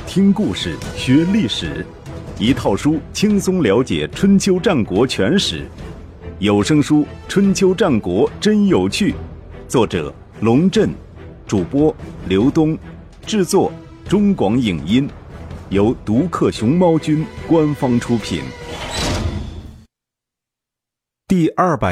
听故事学历史，一套书轻松了解春秋战国全史。有声书《春秋战国真有趣》，作者龙震，主播刘东，制作中广影音，由独克熊猫君官方出品。第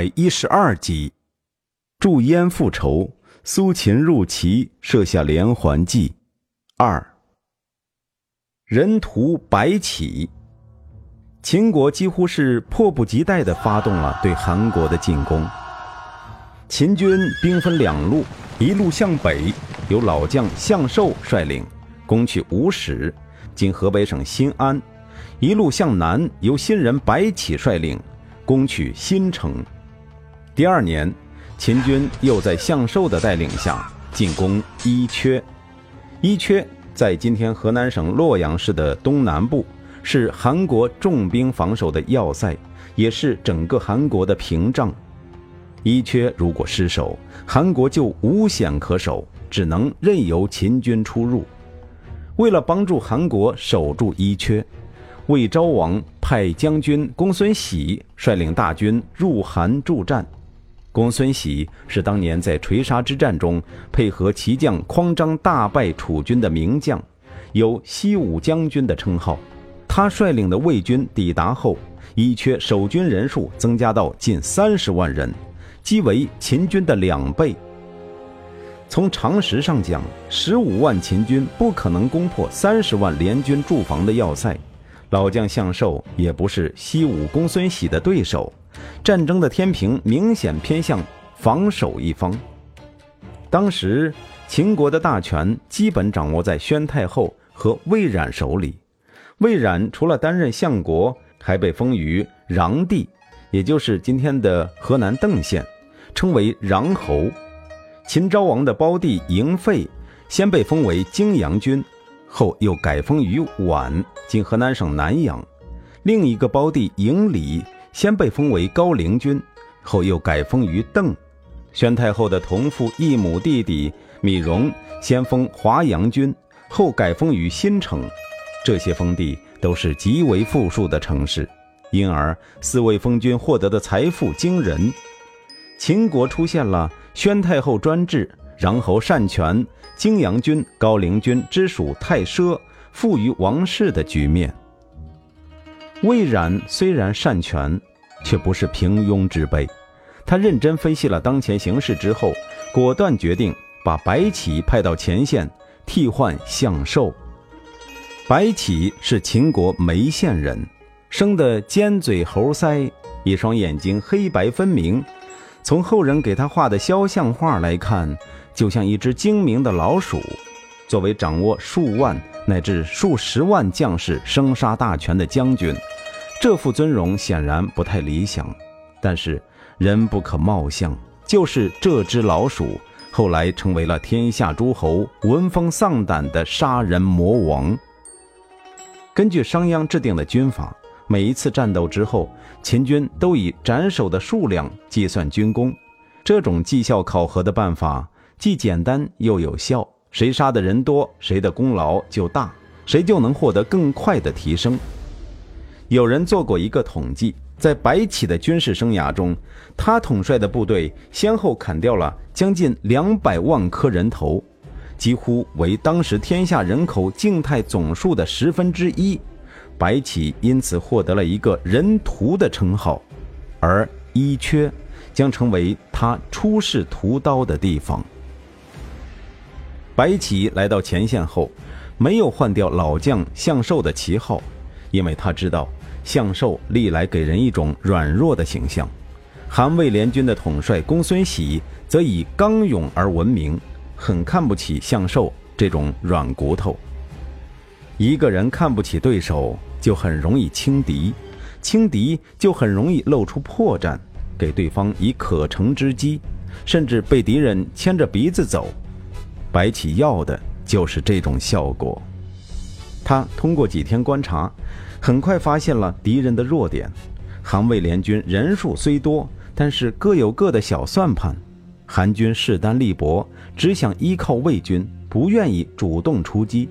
212集，祝燕复仇，苏秦入齐，设下连环计。2。人屠白起。秦国几乎是迫不及待地发动了对韩国的进攻。秦军兵分两路，一路向北，由老将向寿率领，攻取吴使，今河北省新安；一路向南，由新人白起率领，攻取新城。第二年，秦军又在向寿的带领下进攻伊阙。伊阙在今天河南省洛阳市的东南部，是韩国重兵防守的要塞，也是整个韩国的屏障。伊阙如果失守，韩国就无险可守，只能任由秦军出入。为了帮助韩国守住伊阙，魏昭王派将军公孙喜率领大军入韩助战。公孙喜是当年在垂沙之战中配合齐将匡章大败楚军的名将，有西武将军的称号。他率领的魏军抵达后，伊阙守军人数增加到近30万人，几为秦军的2倍。从常识上讲，15万秦军不可能攻破30万联军驻防的要塞，老将向寿也不是西武公孙喜的对手，战争的天平明显偏向防守一方。当时秦国的大权基本掌握在宣太后和魏冉手里，魏冉除了担任相国，还被封于穰地，也就是今天的河南邓县，称为穰侯。秦昭王的胞弟嬴废先被封为泾阳君，后又改封于宛，今河南省南阳。另一个胞弟嬴礼先被封为高陵君，后又改封于邓。宣太后的同父异母弟弟米荣先封华阳君，后改封于新城。这些封地都是极为富庶的城市，因而4位封君获得的财富惊人。秦国出现了宣太后专制、穰侯擅权、泾阳君、高陵君之属太奢，富于王室的局面。魏冉虽然擅权，却不是平庸之辈。他认真分析了当前形势之后，果断决定把白起派到前线，替换向寿。白起是秦国眉县人，生得尖嘴猴腮，一双眼睛黑白分明，从后人给他画的肖像画来看，就像一只精明的老鼠。作为掌握数万乃至数十万将士生杀大权的将军，这副尊容显然不太理想。但是人不可貌相，就是这只老鼠后来成为了天下诸侯闻风丧胆的杀人魔王。根据商鞅制定的军法，每一次战斗之后，秦军都以斩首的数量计算军功。这种绩效考核的办法既简单又有效，谁杀的人多，谁的功劳就大，谁就能获得更快的提升。有人做过一个统计，在白起的军事生涯中，他统帅的部队先后砍掉了将近200万颗人头，几乎为当时天下人口静态总数的1/10。白起因此获得了一个人屠的称号，而伊阙将成为他出仕屠刀的地方。白起来到前线后，没有换掉老将向寿的旗号，因为他知道向寿历来给人一种软弱的形象。韩魏联军的统帅公孙喜则以刚勇而闻名，很看不起向寿这种软骨头。一个人看不起对手，就很容易轻敌，轻敌就很容易露出破绽，给对方以可乘之机，甚至被敌人牵着鼻子走。白起要的就是这种效果。他通过几天观察，很快发现了敌人的弱点。韩魏联军人数虽多，但是各有各的小算盘。韩军势单力薄，只想依靠魏军，不愿意主动出击。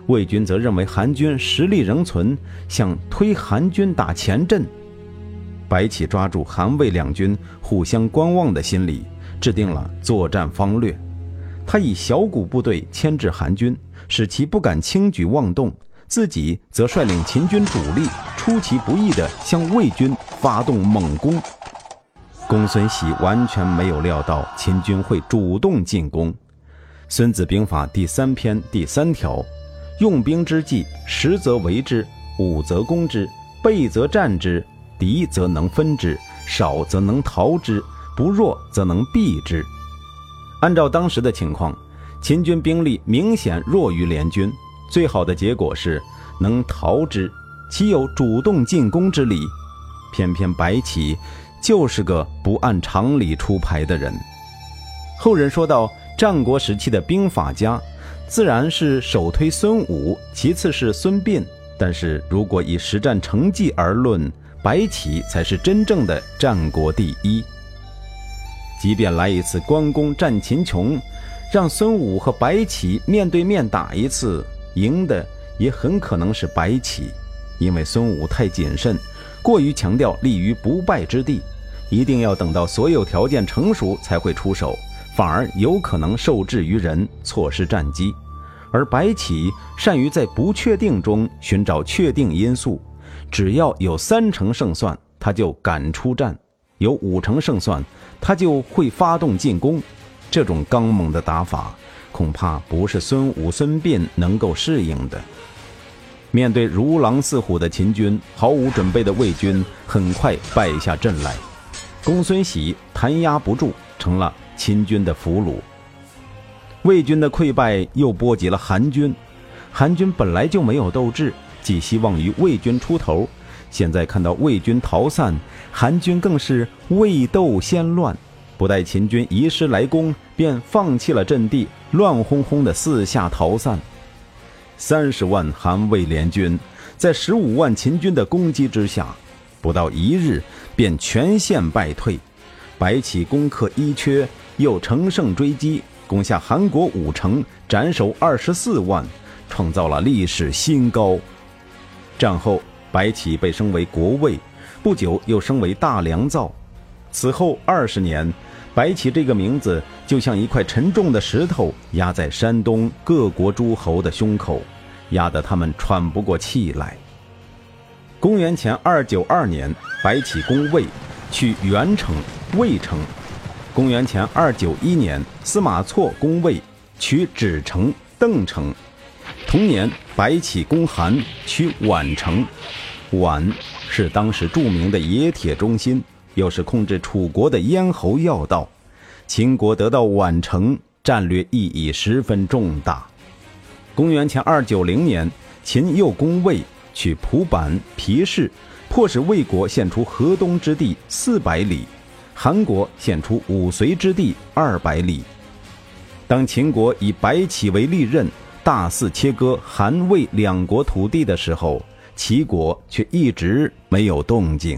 魏军则认为韩军实力仍存，想推韩军打前阵。白起抓住韩魏两军互相观望的心理，制定了作战方略。他以小股部队牵制韩军，使其不敢轻举妄动，自己则率领秦军主力出其不意地向魏军发动猛攻。公孙喜完全没有料到秦军会主动进攻。孙子兵法第3篇第3条，用兵之计，实则为之，武则攻之，备则战之，敌则能分之，少则能逃之，不弱则能避之。按照当时的情况，秦军兵力明显弱于联军，最好的结果是能逃之，岂有主动进攻之理？偏偏白起就是个不按常理出牌的人。后人说到战国时期的兵法家，自然是首推孙武，其次是孙膑，但是如果以实战成绩而论，白起才是真正的战国第一。即便来一次关公战秦琼，让孙武和白起面对面打一次，赢的也很可能是白起，因为孙武太谨慎，过于强调立于不败之地，一定要等到所有条件成熟才会出手，反而有可能受制于人，错失战机。而白起善于在不确定中寻找确定因素，只要有30%胜算，他就敢出战，有50%胜算，他就会发动进攻。这种刚猛的打法，恐怕不是孙武、孙膑能够适应的。面对如狼似虎的秦军，毫无准备的魏军很快败下阵来。公孙喜弹压不住，成了秦军的俘虏。魏军的溃败又波及了韩军，韩军本来就没有斗志，寄希望于魏军出头，现在看到魏军逃散，韩军更是未斗先乱，不待秦军移师来攻，便放弃了阵地，乱哄哄的四下逃散。30万韩魏联军在15万秦军的攻击之下，不到1日便全线败退。白起攻克伊阙，又乘胜追击，攻下韩国5城，斩首24万，创造了历史新高。战后，白起被升为国尉，不久又升为大良造。此后20年，白起这个名字就像一块沉重的石头压在山东各国诸侯的胸口，压得他们喘不过气来。公元前292年，白起攻魏，取元城、魏城。公元前291年，司马错攻魏，取芷城、邓城。同年，白起攻韩，取宛城。宛是当时著名的冶铁中心，又是控制楚国的咽喉要道。秦国得到宛城，战略意义十分重大。公元前290年，秦又攻魏，取蒲坂、皮氏，迫使魏国献出河东之地400里，韩国献出五绥之地200里。当秦国以白起为利刃，大肆切割韩魏2国土地的时候，齐国却一直没有动静。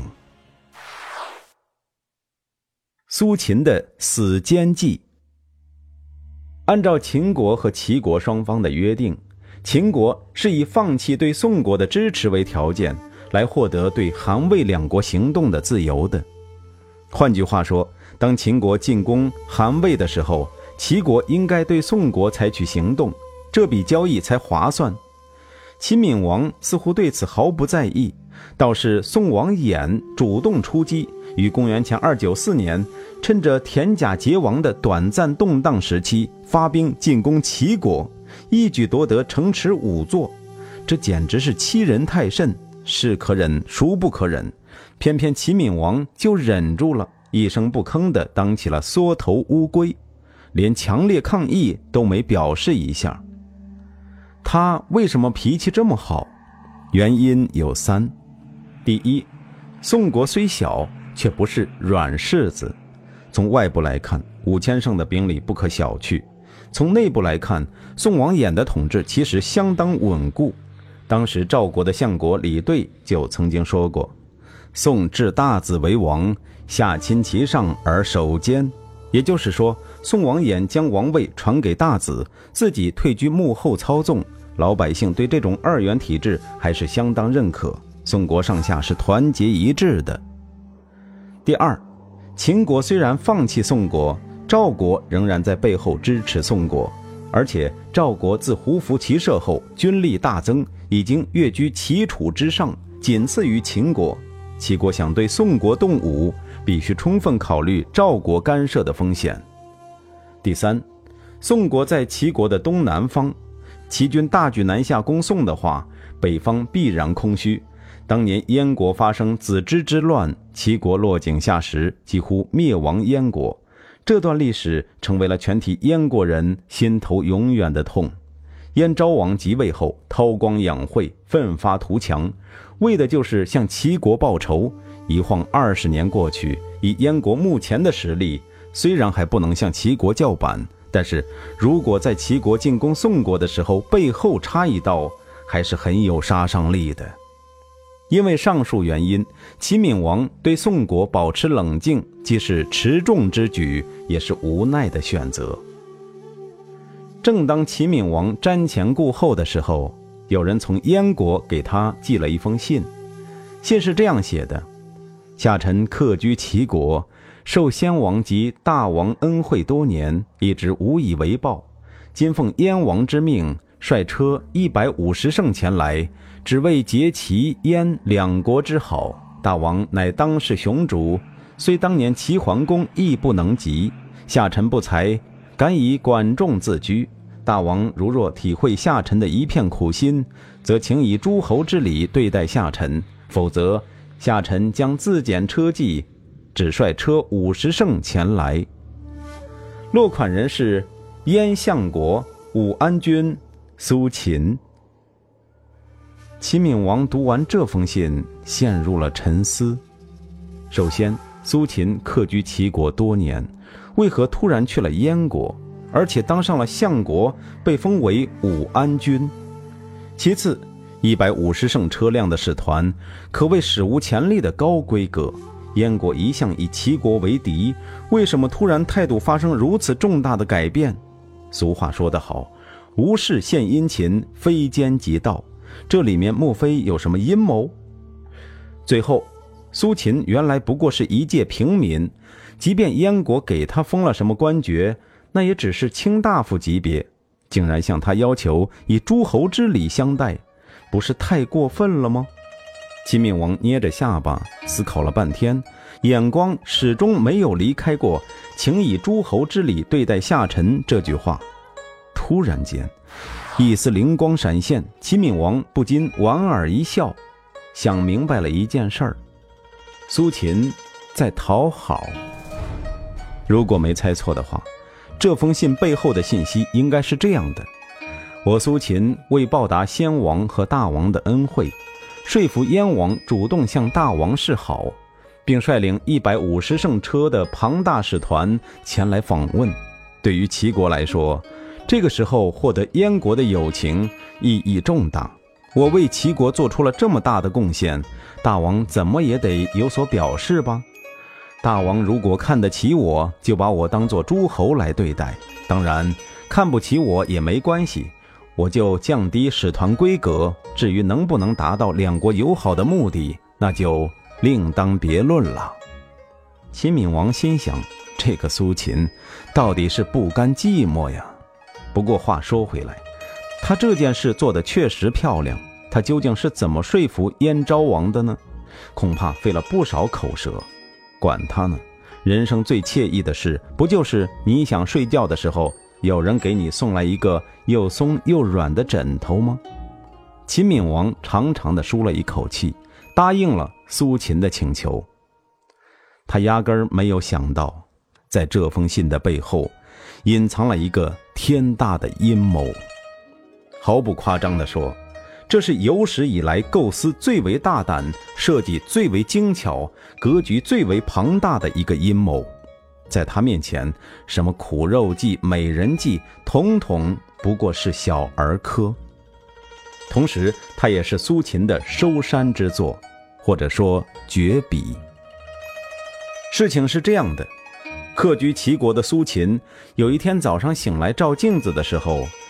苏秦的死奸计。按照秦国和齐国双方的约定，秦国是以放弃对宋国的支持为条件，来获得对韩魏2国行动的自由的。换句话说，当秦国进攻韩魏的时候，齐国应该对宋国采取行动，这笔交易才划算。秦闵王似乎对此毫不在意，倒是宋王衍主动出击，于公元前294年，趁着田甲桀王的短暂动荡时期，发兵进攻齐国，一举夺得城池5座。这简直是欺人太甚，是可忍孰不可忍。偏偏齐闵王就忍住了，一声不吭地当起了缩头乌龟，连强烈抗议都没表示一下。他为什么脾气这么好？原因有3。第一，宋国虽小，却不是软柿子。从外部来看，5000胜的兵力不可小觑；从内部来看，宋王衍的统治其实相当稳固。当时赵国的相国李兑就曾经说过：“宋置大子为王，下亲其上而守奸。”也就是说，宋王衍将王位传给大子，自己退居幕后操纵， 老百姓对这种二元体制还是相当认可，宋国上下是团结一致的。第二，秦国虽然放弃宋国，赵国仍然在背后支持宋国，而且赵国自胡服骑射后军力大增，已经跃居齐楚之上，仅次于秦国。齐国想对宋国动武，必须充分考虑赵国干涉的风险。第三，宋国在齐国的东南方，齐军大举南下攻宋的话，北方必然空虚。当年燕国发生子之之乱，齐国落井下石，几乎灭亡燕国。这段历史成为了全体燕国人心头永远的痛。燕昭王即位后，韬光养晦，奋发图强，为的就是向齐国报仇。一晃20年过去，以燕国目前的实力，虽然还不能向齐国叫板，但是如果在齐国进攻宋国的时候背后插一刀，还是很有杀伤力的。因为上述原因，齐闵王对宋国保持冷静，既是持重之举，也是无奈的选择。正当齐闵王瞻前顾后的时候，有人从燕国给他寄了一封信。信是这样写的：下臣客居齐国，受先王及大王恩惠多年，一直无以为报。今奉燕王之命，率车150乘前来，只为结齐燕两国之好。大王乃当世雄主，虽当年齐桓公亦不能及，下臣不才，敢以管仲自居。大王如若体会下臣的一片苦心，则请以诸侯之礼对待下臣，否则下臣将自减车骑，只率车50乘前来。落款人是燕相国武安君苏秦。齐闵王读完这封信，陷入了沉思。首先，苏秦客居齐国多年，为何突然去了燕国，而且当上了相国，被封为武安君？其次，150乘车辆的使团可谓史无前例的高规格，燕国一向以齐国为敌，为什么突然态度发生如此重大的改变？俗话说得好，无事献殷勤，非奸即盗，这里面莫非有什么阴谋？最后，苏秦原来不过是一介平民，即便燕国给他封了什么官爵，那也只是卿大夫级别，竟然向他要求以诸侯之礼相待，不是太过分了吗？齐闵王捏着下巴思考了半天，眼光始终没有离开过请以诸侯之礼对待下臣这句话。突然间，一丝灵光闪现，齐闵王不禁莞尔一笑，想明白了一件事儿：苏秦在讨好。如果没猜错的话，这封信背后的信息应该是这样的：我苏秦为报答先王和大王的恩惠，说服燕王主动向大王示好，并率领150乘车的庞大使团前来访问。对于齐国来说，这个时候获得燕国的友情意义重大，我为齐国做出了这么大的贡献，大王怎么也得有所表示吧。大王如果看得起我，就把我当作诸侯来对待，当然看不起我也没关系，我就降低使团规格，至于能不能达到两国友好的目的，那就另当别论了。齐闵王心想，这个苏秦到底是不甘寂寞呀。不过话说回来，他这件事做得确实漂亮，他究竟是怎么说服燕昭王的呢？恐怕费了不少口舌。管他呢，人生最惬意的事，不就是你想睡觉的时候，有人给你送来一个又松又软的枕头吗？齐闵王长长地舒了一口气，答应了苏秦的请求。他压根儿没有想到，在这封信的背后隐藏了一个天大的阴谋。毫不夸张地说，这是有史以来构思最为大胆、设计最为精巧、格局最为庞大的一个阴谋。在他面前，什么苦肉计、美人计，统统不过是小儿科。同时，他也是苏秦的收山之作，或者说绝笔。事情是这样的，客居齐国的苏秦有一天早上醒来照镜子的时候，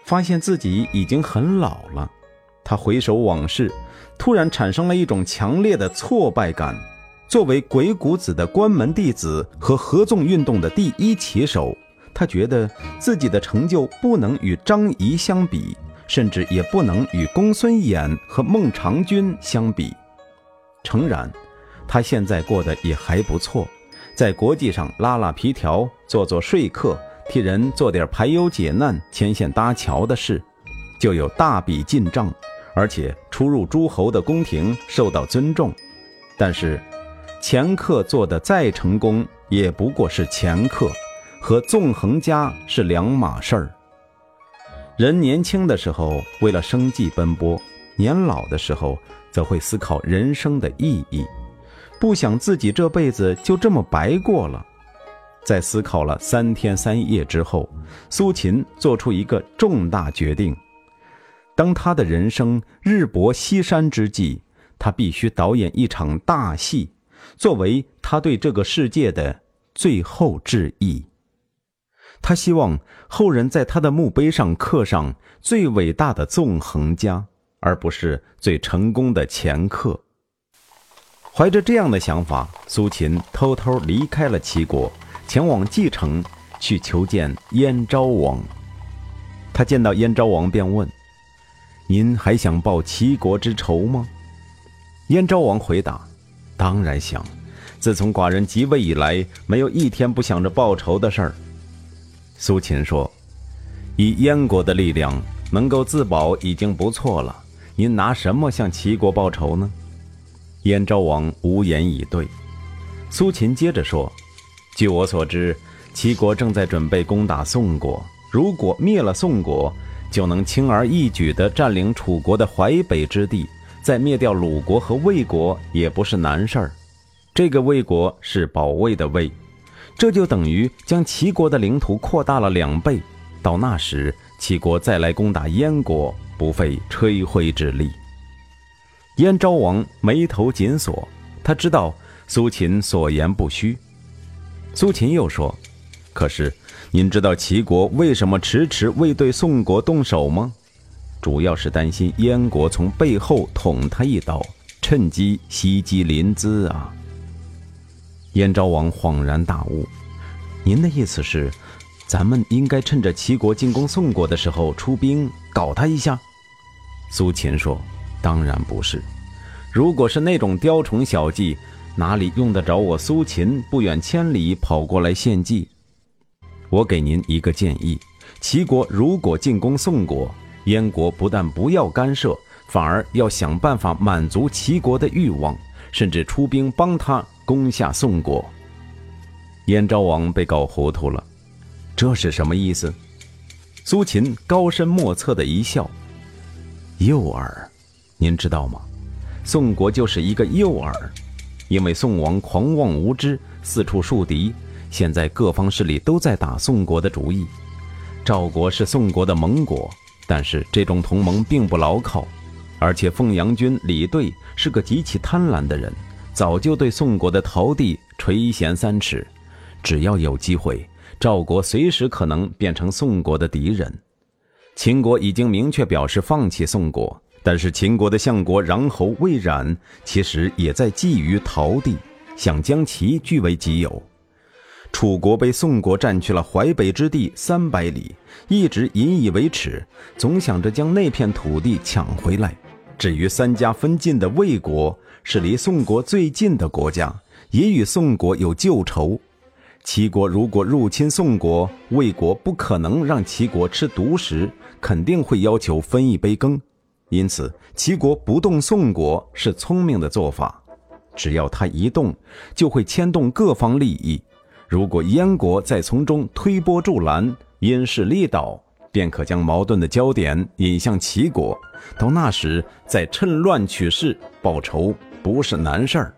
发现自己已经很老了。他回首往事，突然产生了一种强烈的挫败感。作为鬼谷子的关门弟子和合纵运动的第一旗手，他觉得自己的成就不能与张仪相比，甚至也不能与公孙衍和孟尝君相比。诚然，他现在过得也还不错，在国际上拉拉皮条，做做说客，替人做点排忧解难、牵线搭桥的事，就有大笔进账，而且出入诸侯的宫廷，受到尊重。但是掮客做得再成功，也不过是掮客，和纵横家是两码事儿。人年轻的时候为了生计奔波，年老的时候则会思考人生的意义，不想自己这辈子就这么白过了。在思考了3天3夜之后，苏秦做出一个重大决定。当他的人生日薄西山之际，他必须导演一场大戏，作为他对这个世界的最后致意。他希望后人在他的墓碑上刻上最伟大的纵横家，而不是最成功的掮客。怀着这样的想法，苏秦偷偷离开了齐国，前往蓟城去求见燕昭王。他见到燕昭王便问：您还想报齐国之仇吗？燕昭王回答：当然想，自从寡人即位以来，没有一天不想着报仇的事儿。苏秦说：以燕国的力量能够自保已经不错了，您拿什么向齐国报仇呢？燕昭王无言以对。苏秦接着说：据我所知，齐国正在准备攻打宋国，如果灭了宋国，就能轻而易举地占领楚国的淮北之地，再灭掉鲁国和魏国也不是难事儿。这个魏国是保卫的魏，这就等于将齐国的领土扩大了2倍，到那时齐国再来攻打燕国，不费吹灰之力。燕昭王眉头紧锁，他知道苏秦所言不虚。苏秦又说：可是您知道齐国为什么迟迟未对宋国动手吗？主要是担心燕国从背后捅他一刀，趁机袭击临淄啊。燕昭王恍然大悟：您的意思是，咱们应该趁着齐国进攻宋国的时候出兵搞他一下？苏秦说：当然不是，如果是那种雕虫小技，哪里用得着我苏秦不远千里跑过来献计？我给您一个建议，齐国如果进攻宋国，燕国不但不要干涉，反而要想办法满足齐国的欲望，甚至出兵帮他攻下宋国。燕昭王被搞糊涂了，这是什么意思？苏秦高深莫测的一笑：诱饵，您知道吗？宋国就是一个诱饵，因为宋王狂妄无知，四处树敌，现在各方势力都在打宋国的主意。赵国是宋国的盟国，但是这种同盟并不牢靠，而且凤阳君李队是个极其贪婪的人，早就对宋国的陶地垂涎3尺，只要有机会，赵国随时可能变成宋国的敌人。秦国已经明确表示放弃宋国，但是秦国的相国穰侯魏冉其实也在觊觎陶地，想将其据为己有。楚国被宋国占去了淮北之地300里，一直引以为耻，总想着将那片土地抢回来。至于3家分晋的魏国，是离宋国最近的国家，也与宋国有旧仇。齐国如果入侵宋国，魏国不可能让齐国吃独食，肯定会要求分一杯羹。因此齐国不动宋国是聪明的做法，只要他一动，就会牵动各方利益。如果燕国再从中推波助澜，因势利导，便可将矛盾的焦点引向齐国，到那时再趁乱取势报仇不是难事儿。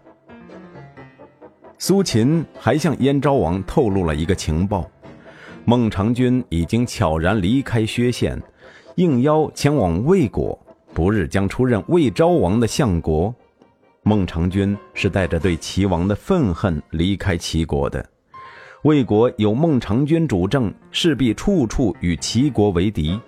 苏秦还向燕昭王透露了一个情报，孟尝君已经悄然离开薛县，应邀前往魏国，不日将出任魏昭王的相国。孟尝君是带着对齐王的愤恨离开齐国的，魏国有孟尝君主政，势必处处与齐国为敌，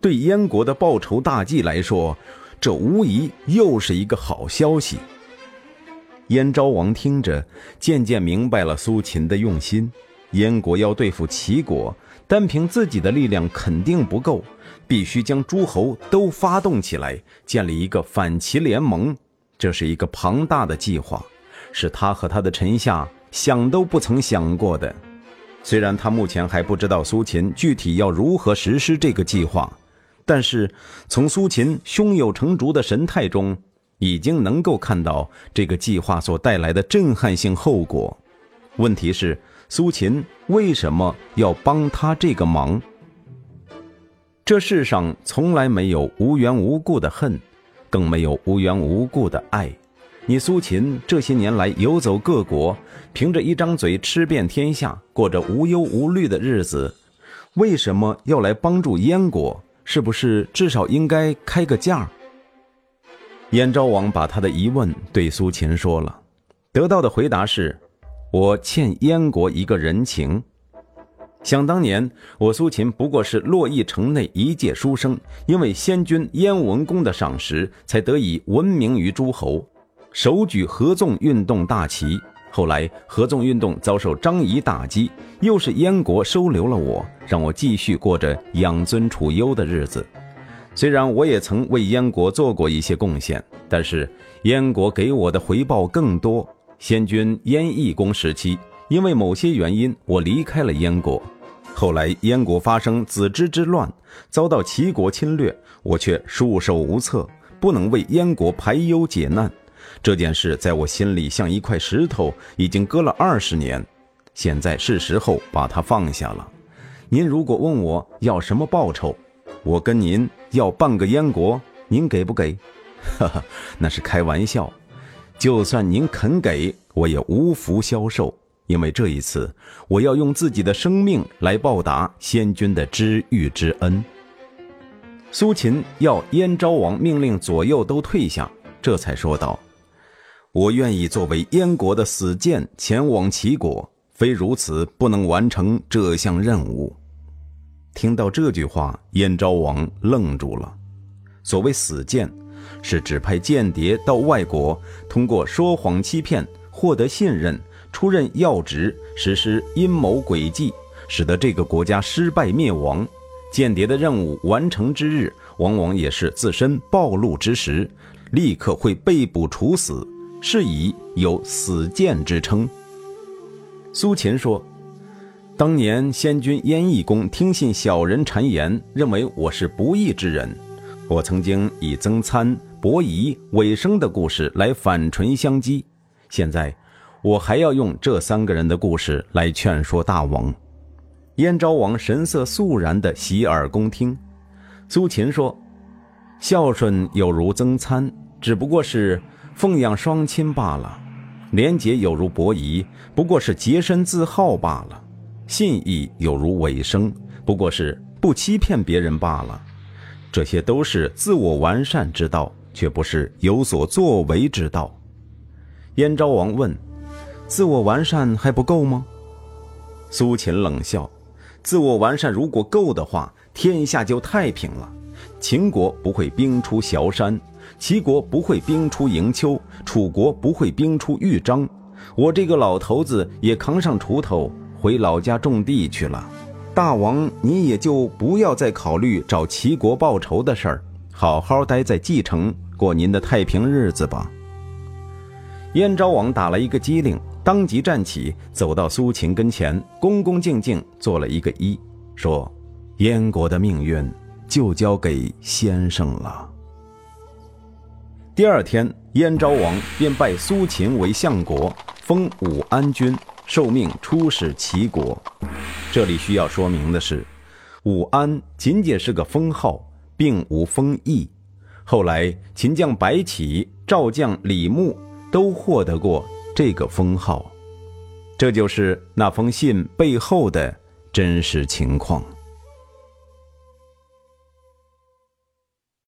对燕国的报仇大计来说，这无疑又是一个好消息。燕昭王听着，渐渐明白了苏秦的用心。燕国要对付齐国，单凭自己的力量肯定不够，必须将诸侯都发动起来，建立一个反齐联盟。这是一个庞大的计划，是他和他的臣下想都不曾想过的。虽然他目前还不知道苏秦具体要如何实施这个计划，但是从苏秦胸有成竹的神态中，已经能够看到这个计划所带来的震撼性后果。问题是，苏秦为什么要帮他这个忙？这世上从来没有无缘无故的恨，更没有无缘无故的爱。你苏秦这些年来游走各国，凭着一张嘴吃遍天下，过着无忧无虑的日子，为什么要来帮助燕国？是不是至少应该开个价？燕昭王把他的疑问对苏秦说了，得到的回答是：我欠燕国一个人情。想当年，我苏秦不过是洛邑城内一介书生，因为先君燕文公的赏识，才得以闻名于诸侯，手举合纵运动大旗。后来合纵运动遭受张仪打击，又是燕国收留了我，让我继续过着养尊处优的日子。虽然我也曾为燕国做过一些贡献，但是燕国给我的回报更多。先君燕懿公时期，因为某些原因，我离开了燕国。后来燕国发生子之之乱，遭到齐国侵略，我却束手无策，不能为燕国排忧解难。这件事在我心里像一块石头，已经搁了20年，现在是时候把它放下了。您如果问我要什么报酬，我跟您要半个燕国，您给不给？哈哈，那是开玩笑。就算您肯给，我也无福消受，因为这一次我要用自己的生命来报答先君的知遇之恩。苏秦要燕昭王命令左右都退下，这才说道：我愿意作为燕国的死谏前往齐国，非如此不能完成这项任务。听到这句话，燕昭王愣住了。所谓死谏，是指派间谍到外国，通过说谎欺骗获得信任，出任要职，实施阴谋诡计，使得这个国家失败灭亡。间谍的任务完成之日，往往也是自身暴露之时，立刻会被捕处死，是以有死谏之称。苏秦说，当年先君燕懿公听信小人谗言，认为我是不义之人，我曾经以曾参、伯夷、尾生的故事来反唇相讥，现在我还要用这3个人的故事来劝说大王。燕昭王神色肃然地洗耳恭听。苏秦说，孝顺有如曾参，只不过是奉养双亲罢了；廉洁有如伯夷，不过是洁身自好罢了；信义有如尾生，不过是不欺骗别人罢了。这些都是自我完善之道，却不是有所作为之道。燕昭王问，自我完善还不够吗？苏秦冷笑，自我完善如果够的话，天下就太平了。秦国不会兵出崤山，齐国不会兵出营丘，楚国不会兵出豫章，我这个老头子也扛上锄头回老家种地去了。大王你也就不要再考虑找齐国报仇的事儿，好好待在蓟城过您的太平日子吧。燕昭王打了一个机灵，当即站起，走到苏秦跟前，恭恭敬敬做了一个揖，说，燕国的命运就交给先生了。第二天，燕昭王便拜苏秦为相国，封武安君，受命出使齐国。这里需要说明的是，武安仅仅是个封号，并无封邑。后来秦将白起、赵将李牧都获得过这个封号。这就是那封信背后的真实情况。